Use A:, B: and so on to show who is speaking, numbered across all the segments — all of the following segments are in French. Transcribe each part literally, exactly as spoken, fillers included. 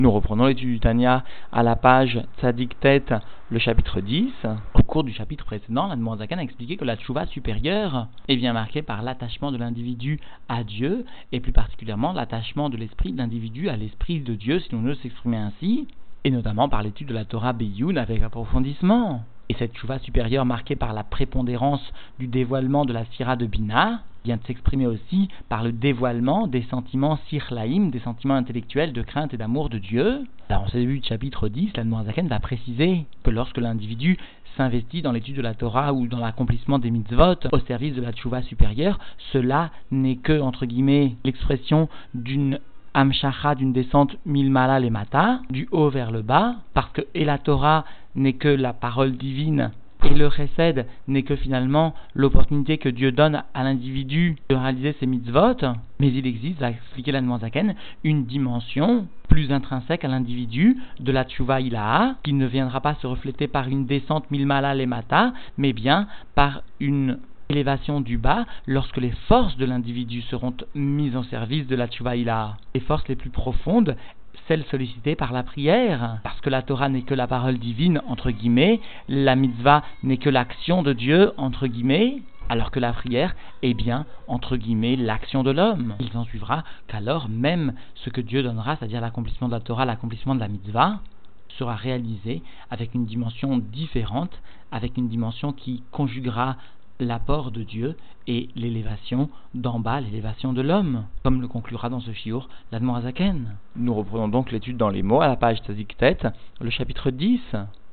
A: Nous reprenons l'étude du Tanya à la page Tzadik Tet, le chapitre dix. Au cours du chapitre précédent, l'Admor Zaken a expliqué que la tchouva supérieure est bien marquée par l'attachement de l'individu à Dieu, et plus particulièrement l'attachement de l'esprit de l'individu à l'esprit de Dieu, si l'on veut s'exprimer ainsi, et notamment par l'étude de la Torah Beyoun avec approfondissement. Et cette tchouva supérieure marquée par la prépondérance du dévoilement de la sphira de Bina vient de s'exprimer aussi par le dévoilement des sentiments sirlaïm, des sentiments intellectuels de crainte et d'amour de Dieu. Alors en ce début du chapitre dix, l'Admor Zaken va préciser que lorsque l'individu s'investit dans l'étude de la Torah ou dans l'accomplissement des mitzvot au service de la tchouva supérieure, cela n'est que, entre guillemets, l'expression d'une Amshacha, d'une descente milmala lemata, du haut vers le bas, parce que et la Torah n'est que la parole divine, et le chesed n'est que finalement l'opportunité que Dieu donne à l'individu de réaliser ses mitzvot, mais il existe, a expliqué l'Admor Zaken, une dimension plus intrinsèque à l'individu de la tchouva ilaha, qui ne viendra pas se refléter par une descente milmala lemata, mais bien par une élévation du bas lorsque les forces de l'individu seront mises en service de la tchouva ilaha. Les forces les plus profondes, celles sollicitées par la prière, parce que la Torah n'est que la parole divine, entre guillemets, la mitzvah n'est que l'action de Dieu, entre guillemets, alors que la prière est bien, entre guillemets, l'action de l'homme. Il s'en suivra qu'alors même ce que Dieu donnera, c'est-à-dire l'accomplissement de la Torah, l'accomplissement de la mitzvah, sera réalisé avec une dimension différente, avec une dimension qui conjuguera l'apport de Dieu et l'élévation d'en bas, l'élévation de l'homme, comme le conclura dans ce shiur l'Admor Zaken. Nous reprenons donc l'étude dans les mots à la page Tzadik Tet, le chapitre dix.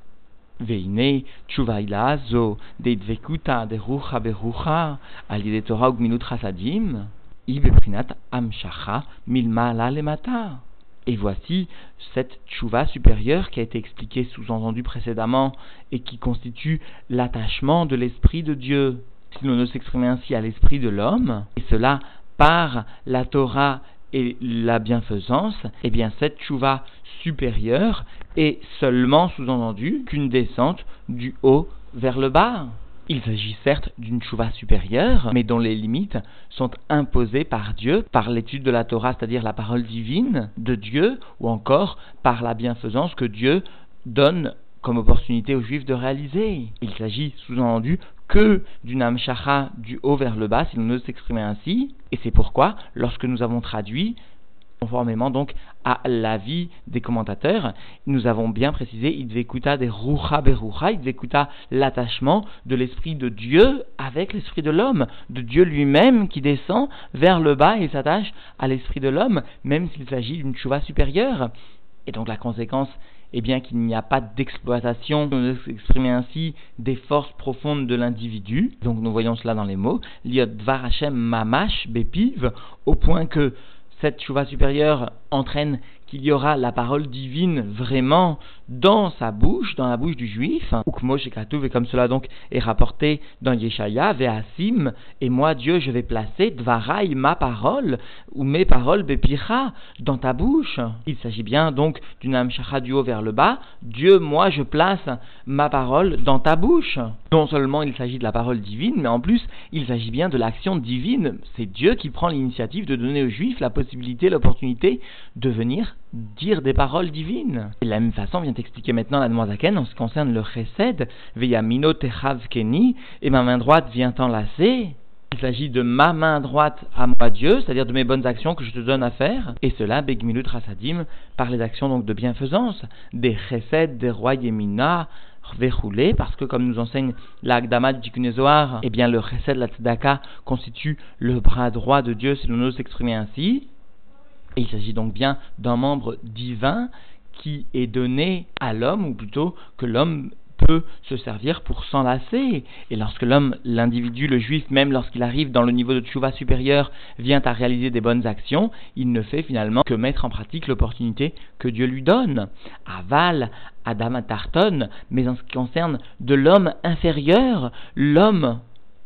A: Veine tchouva ila zo deidvekuta derucha berucha al yedei Torah ugmilut chasadim i beprinat amshacha milmala lemata. Et voici cette tchouva supérieure qui a été expliquée sous-entendu précédemment et qui constitue l'attachement de l'esprit de Dieu, si l'on ose s'exprimer ainsi, à l'esprit de l'homme, et cela par la Torah et la bienfaisance. Et bien cette tchouva supérieure est seulement sous-entendu qu'une descente du haut vers le bas. Il s'agit certes d'une tchouva supérieure, mais dont les limites sont imposées par Dieu, par l'étude de la Torah, c'est-à-dire la parole divine de Dieu, ou encore par la bienfaisance que Dieu donne comme opportunité aux Juifs de réaliser. Il s'agit sous-entendu que d'une amshacha du haut vers le bas, si l'on ose s'exprimer ainsi, et c'est pourquoi, lorsque nous avons traduit, conformément donc à l'avis des commentateurs, nous avons bien précisé idvekuta des rucha berucha, idvekuta l'attachement de l'esprit de Dieu avec l'esprit de l'homme, de Dieu lui-même qui descend vers le bas et s'attache à l'esprit de l'homme, même s'il s'agit d'une tchouva supérieure. Et donc la conséquence est bien qu'il n'y a pas d'exploitation, on peut s'exprimer ainsi, des forces profondes de l'individu. Donc nous voyons cela dans les mots, liot dvar Hashem mamash bepiv, au point que cette tchouva supérieure entraîne qu'il y aura la parole divine vraiment dans sa bouche, dans la bouche du juif. Ukmo shekatuv, et comme cela donc est rapporté dans Yeshaya, Ve'asim, et moi Dieu je vais placer Dvarai, ma parole, ou mes paroles bepicha, dans ta bouche. Il s'agit bien donc d'une amshacha du haut vers le bas. Dieu, moi je place ma parole dans ta bouche. Non seulement il s'agit de la parole divine, mais en plus il s'agit bien de l'action divine. C'est Dieu qui prend l'initiative de donner aux juifs la possibilité, l'opportunité de venir dire des paroles divines. Et de la même façon vient expliquer maintenant l'Admor Zaken en ce qui concerne le chesed, Veyamino techavkeni, et ma main droite vient t'enlacer. Il s'agit de ma main droite à moi Dieu, c'est-à-dire de mes bonnes actions que je te donne à faire, et cela begmilut rasadim, par les actions donc de bienfaisance, des chesed, des rois yemina, verroulé, parce que comme nous enseigne l'Agdama du Tikkun Zohar, eh bien le chesed, la tzedaka, constitue le bras droit de Dieu, si l'on ose s'exprimer ainsi. Et il s'agit donc bien d'un membre divin qui est donné à l'homme, ou plutôt que l'homme peut se servir pour s'enlacer. Et lorsque l'homme, l'individu, le juif, même lorsqu'il arrive dans le niveau de tchouva supérieur, vient à réaliser des bonnes actions, il ne fait finalement que mettre en pratique l'opportunité que Dieu lui donne. Aval, Adam Tarton, mais en ce qui concerne de l'homme inférieur, l'homme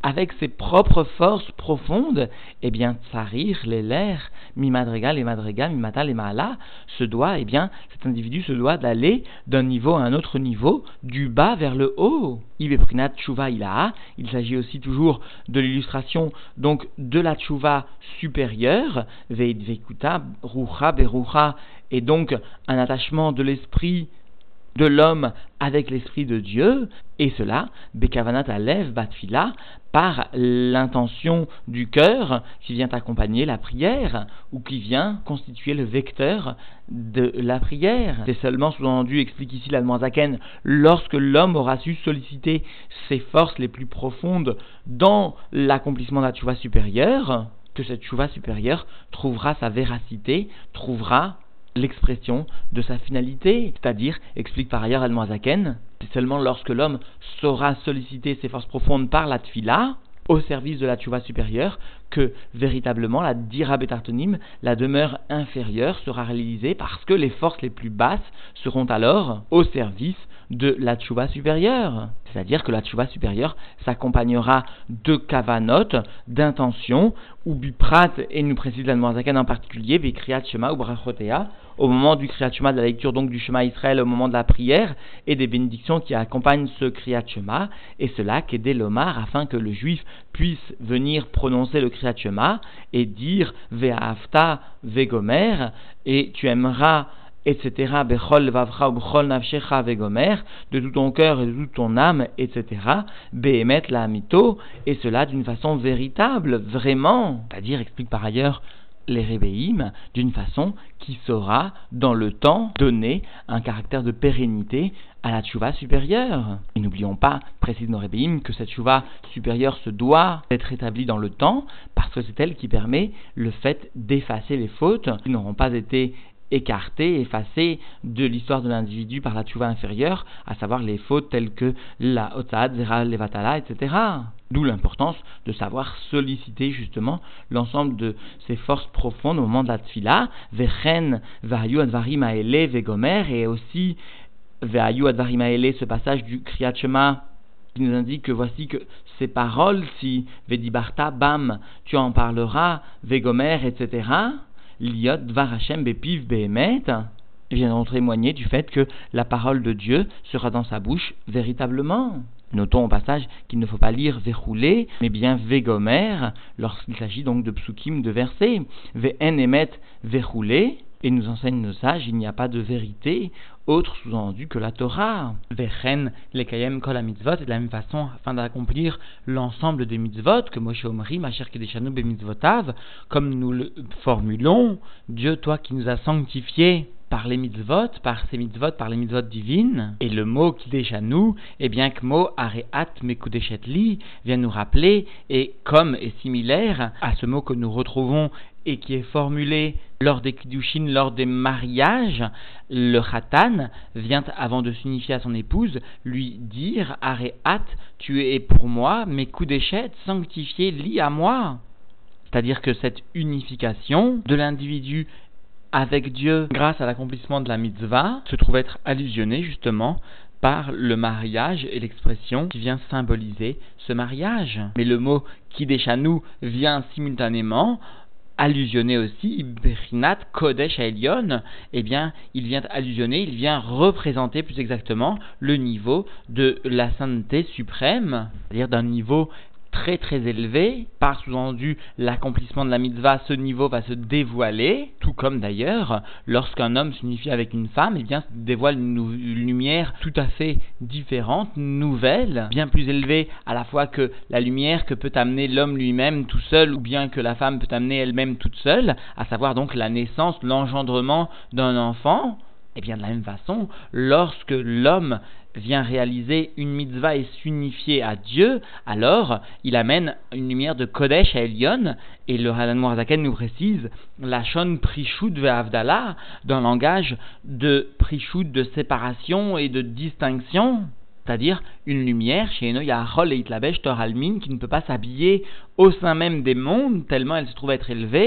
A: avec ses propres forces profondes, eh bien, tsarir, les lairs, mi madriga, les madriga, mi mata, les maala, se doit, eh bien, cet individu se doit d'aller d'un niveau à un autre niveau, du bas vers le haut. Ibeprinat tshuva ilaha, il s'agit aussi toujours de l'illustration, donc, de la tshuva supérieure, veidvekuta, rucha, berucha, et donc, un attachement de l'esprit de l'homme avec l'esprit de Dieu, et cela, bekavanat alev batfila, par l'intention du cœur qui vient accompagner la prière, ou qui vient constituer le vecteur de la prière. C'est seulement sous-entendu, explique ici l'Admor Zaken, lorsque l'homme aura su solliciter ses forces les plus profondes dans l'accomplissement de la tchouva supérieure, que cette tchouva supérieure trouvera sa véracité, trouvera l'expression de sa finalité, c'est-à-dire, explique par ailleurs Admor Zaken, c'est seulement lorsque l'homme saura solliciter ses forces profondes par la tfila, au service de la tchouva supérieure, que véritablement la dira betartonim, la demeure inférieure, sera réalisée parce que les forces les plus basses seront alors au service de la tchouva supérieure. C'est-à-dire que la tchouva supérieure s'accompagnera de kavanot, d'intention, ou biprat, et nous précise l'Admor Zaken en particulier, bekriyat shema ou brachotea, au moment du kriyat shema, de la lecture donc du Shema Israël, au moment de la prière, et des bénédictions qui accompagnent ce kriyat shema, et cela qu'aider l'omar, afin que le juif puisse venir prononcer le kriyat shema, et dire ve'afta ve'gomer, et tu aimeras, et cetera, bechol vavcha ou bechol nafshecha vegomer, de tout ton cœur et de toute ton âme, et cetera, behemet la amito, et cela d'une façon véritable, vraiment, c'est-à-dire, explique par ailleurs les rébéim, d'une façon qui saura, dans le temps, donner un caractère de pérennité à la tchouva supérieure. Et n'oublions pas, précise nos rébéim, que cette tchouva supérieure se doit être établie dans le temps, parce que c'est elle qui permet le fait d'effacer les fautes qui n'auront pas été écarté, effacé de l'histoire de l'individu par la tchouva inférieure, à savoir les fautes telles que la otsaad, zera, levatala, et cetera. D'où l'importance de savoir solliciter justement l'ensemble de ces forces profondes au moment de la tfila, vechen, vahayu advarim haele, vegomer, et aussi vahayu advarim haele, ce passage du kriyat shema qui nous indique que voici que ces paroles, si vedibarta, bam, tu en parleras, vegomer, et cetera, Liot dvar Hashem bepiv behemet, viendront témoigner du fait que la parole de Dieu sera dans sa bouche véritablement. Notons au passage qu'il ne faut pas lire verroulé, mais bien vegomer, lorsqu'il s'agit donc de psukim, de versets. Ve'en emet verroulé, et nous enseignent nos sages, il n'y a pas de vérité autre sous-entendu que la Torah. Vechen lekayem kol ha-mitzvot, et de la même façon, afin d'accomplir l'ensemble des mitzvot, que Moshe Omri, Masher Kedeshanu be-mitzvotav, comme nous le formulons, Dieu, toi qui nous as sanctifiés par les mitzvot, par ces mitzvot, par les mitzvot divines, et le mot Kideshanu, et bien que mot Areat Mekudeshetli vient nous rappeler, et comme est similaire à ce mot que nous retrouvons et qui est formulé lors des kiddushin, lors des mariages, le khatan vient, avant de signifier à son épouse, lui dire Areat, tu es pour moi, Mekudeshet, sanctifié, li à moi. C'est-à-dire que cette unification de l'individu avec Dieu, grâce à l'accomplissement de la mitzvah, se trouve être allusionnée justement par le mariage et l'expression qui vient symboliser ce mariage. Mais le mot Kideshanu vient simultanément allusionner aussi Bechinat Kodesh Elyon, eh bien, il vient allusionner, il vient représenter plus exactement le niveau de la sainteté suprême, c'est-à-dire d'un niveau très très élevé, par sous-entendu l'accomplissement de la mitzvah, ce niveau va se dévoiler, tout comme d'ailleurs, lorsqu'un homme s'unifie avec une femme, eh bien, se dévoile une, nou- une lumière tout à fait différente, nouvelle, bien plus élevée à la fois que la lumière que peut amener l'homme lui-même tout seul, ou bien que la femme peut amener elle-même toute seule, à savoir donc la naissance, l'engendrement d'un enfant. Et bien de la même façon, lorsque l'homme vient réaliser une mitzvah et s'unifier à Dieu, alors il amène une lumière de Kodesh à Elyon, et le Admor Zaken nous précise la shon prishut ve'avdala, d'un langage de prishut, de séparation et de distinction, c'est-à-dire une lumière chez Eno Yahol et Itlabesh Toralmin qui ne peut pas s'habiller au sein même des mondes tellement elle se trouve être élevée.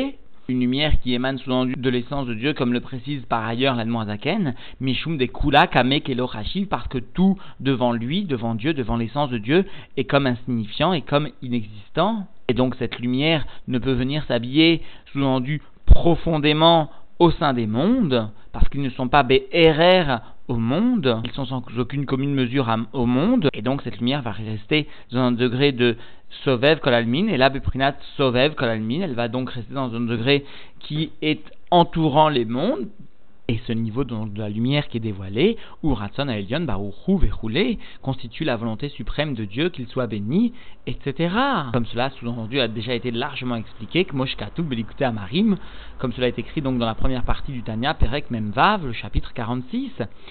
A: une lumière qui émane sous-entendu de l'essence de Dieu, comme le précise par ailleurs l'Admor Azaken, Mishum de Kula Kamek et Lochachiv, parce que tout devant lui, devant Dieu, devant l'essence de Dieu, est comme insignifiant et comme inexistant. Et donc cette lumière ne peut venir s'habiller sous-entendu profondément au sein des mondes, parce qu'ils ne sont pas Be'erer au monde, ils sont sans aucune commune mesure au monde, et donc cette lumière va rester dans un degré de Sovev Kolalmin, et là Beprinat Sovev Kolalmin, elle va donc rester dans un degré qui est entourant les mondes, et ce niveau de la lumière qui est dévoilée, où Ratzon Haelyon Baruchu Vechulé, constitue la volonté suprême de Dieu, qu'il soit béni, et cetera. Comme cela, sous-entendu, a déjà été largement expliqué, que Moshkatu Belikute Amarim, comme cela est écrit donc dans la première partie du Tanya, Perek Memvav, le chapitre quarante-six,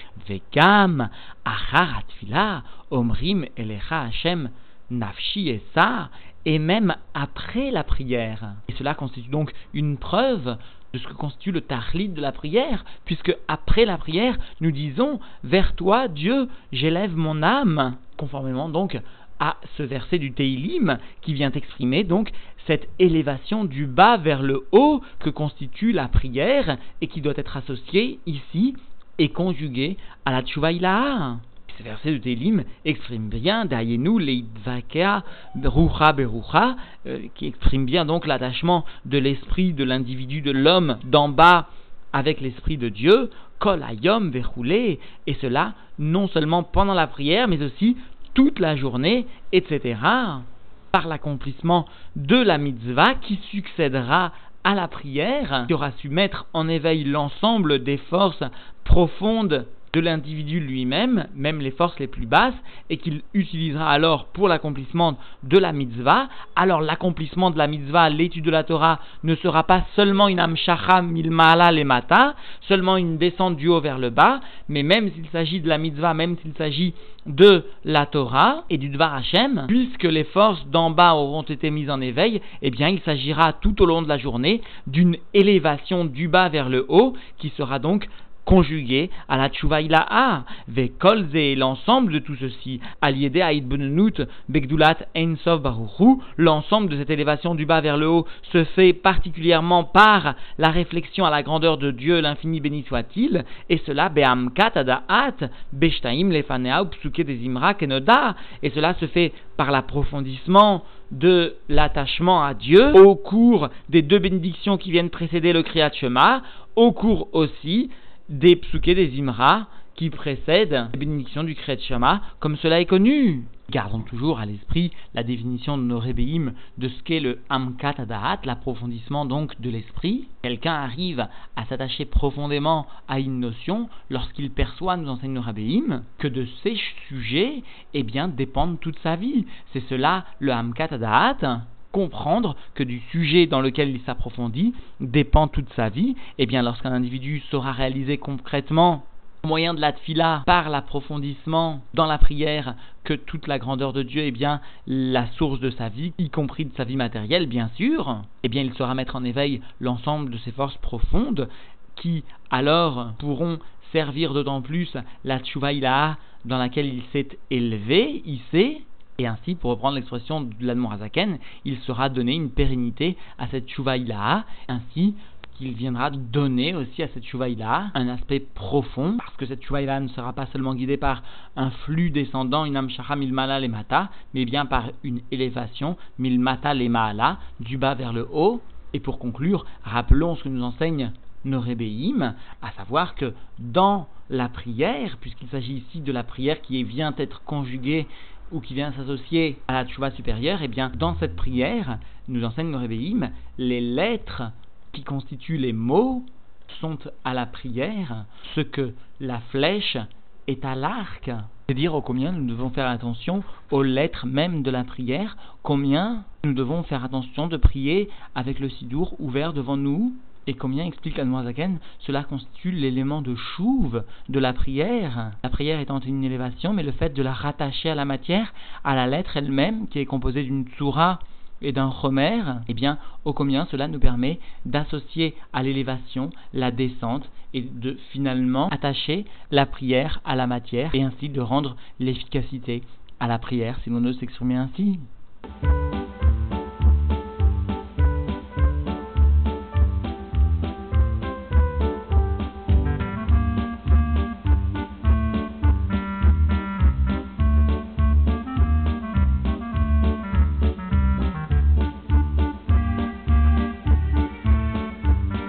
A: Vekam Achar Atfila, Omrim Elecha Hashem Nafshi Esa, et même après la prière. Et cela constitue donc une preuve de ce que constitue le tahlit de la prière, puisque après la prière, nous disons « Vers toi, Dieu, j'élève mon âme », conformément donc à ce verset du Teilim qui vient exprimer donc cette élévation du bas vers le haut que constitue la prière et qui doit être associée ici et conjuguée à la Tshuva Ilaha. Ce verset de Télim exprime bien Dayenu Leidvakea Rucha Berucha, qui exprime bien donc l'attachement de l'esprit de l'individu, de l'homme d'en bas avec l'esprit de Dieu, Kol Hayom Vechulé, et cela non seulement pendant la prière, mais aussi toute la journée, et cetera, par l'accomplissement de la mitzvah qui succédera à la prière, qui aura su mettre en éveil l'ensemble des forces profondes de l'individu lui-même, même les forces les plus basses, et qu'il utilisera alors pour l'accomplissement de la mitzvah. Alors l'accomplissement de la mitzvah, l'étude de la Torah, ne sera pas seulement une amshacha milmala lemata, seulement une descente du haut vers le bas, mais même s'il s'agit de la mitzvah, même s'il s'agit de la Torah et du Dvar Hashem, puisque les forces d'en bas auront été mises en éveil, eh bien il s'agira tout au long de la journée d'une élévation du bas vers le haut, qui sera donc conjugué à la Tshuva Ilaha, Vekol Ze, l'ensemble de tout ceci, Aliede Aïd Benenut, Begdulat Ein Sof Baruchu, l'ensemble de cette élévation du bas vers le haut se fait particulièrement par la réflexion à la grandeur de Dieu, l'infini béni soit-il, et cela Be'amkat Adaat, Beshtaim Lefanea Upsuke Dezimra Kenoda, et cela se fait par l'approfondissement de l'attachement à Dieu au cours des deux bénédictions qui viennent précéder le Kriyat Shema, au cours aussi des psuké des Imra qui précèdent la bénédiction du Kriyat Shema, comme cela est connu. Gardons toujours à l'esprit la définition de nos rébéim de ce qu'est le Amkat Adaat, l'approfondissement donc de l'esprit. Quelqu'un arrive à s'attacher profondément à une notion lorsqu'il perçoit, nous enseigne nos rébéim, que de ces sujets, eh bien, dépendent toute sa vie. C'est cela le Amkat Adaat. Comprendre que du sujet dans lequel il s'approfondit dépend toute sa vie, et bien lorsqu'un individu saura réaliser concrètement au moyen de la tfila, par l'approfondissement dans la prière, que toute la grandeur de Dieu est bien la source de sa vie, y compris de sa vie matérielle bien sûr, et bien il saura mettre en éveil l'ensemble de ses forces profondes qui alors pourront servir d'autant plus la Tshuva Ilaha dans laquelle il s'est élevé, hissé. Et ainsi, pour reprendre l'expression de l'Admor Azaken, il sera donné une pérennité à cette Tshuva Ilaha, ainsi qu'il viendra donner aussi à cette Tshuva Ilaha un aspect profond, parce que cette Tshuva Ilaha ne sera pas seulement guidée par un flux descendant, une amshacha milmala lemata, mais bien par une élévation milmata lemaala, du bas vers le haut. Et pour conclure, rappelons ce que nous enseigne nos rébéim, à savoir que dans la prière, puisqu'il s'agit ici de la prière qui vient être conjuguée ou qui vient s'associer à la Tshuva supérieure, et bien dans cette prière, nous enseigne le Rébéim, les lettres qui constituent les mots sont à la prière ce que la flèche est à l'arc. C'est dire au combien nous devons faire attention aux lettres même de la prière, combien nous devons faire attention de prier avec le sidour ouvert devant nous, et combien, explique l'Admor Azaken, cela constitue l'élément de chouve de la prière. La prière étant une élévation, mais le fait de la rattacher à la matière, à la lettre elle-même, qui est composée d'une tsura et d'un chomer, eh bien, ô combien cela nous permet d'associer à l'élévation la descente et de finalement attacher la prière à la matière et ainsi de rendre l'efficacité à la prière, si l'on ose s'exprimer ainsi.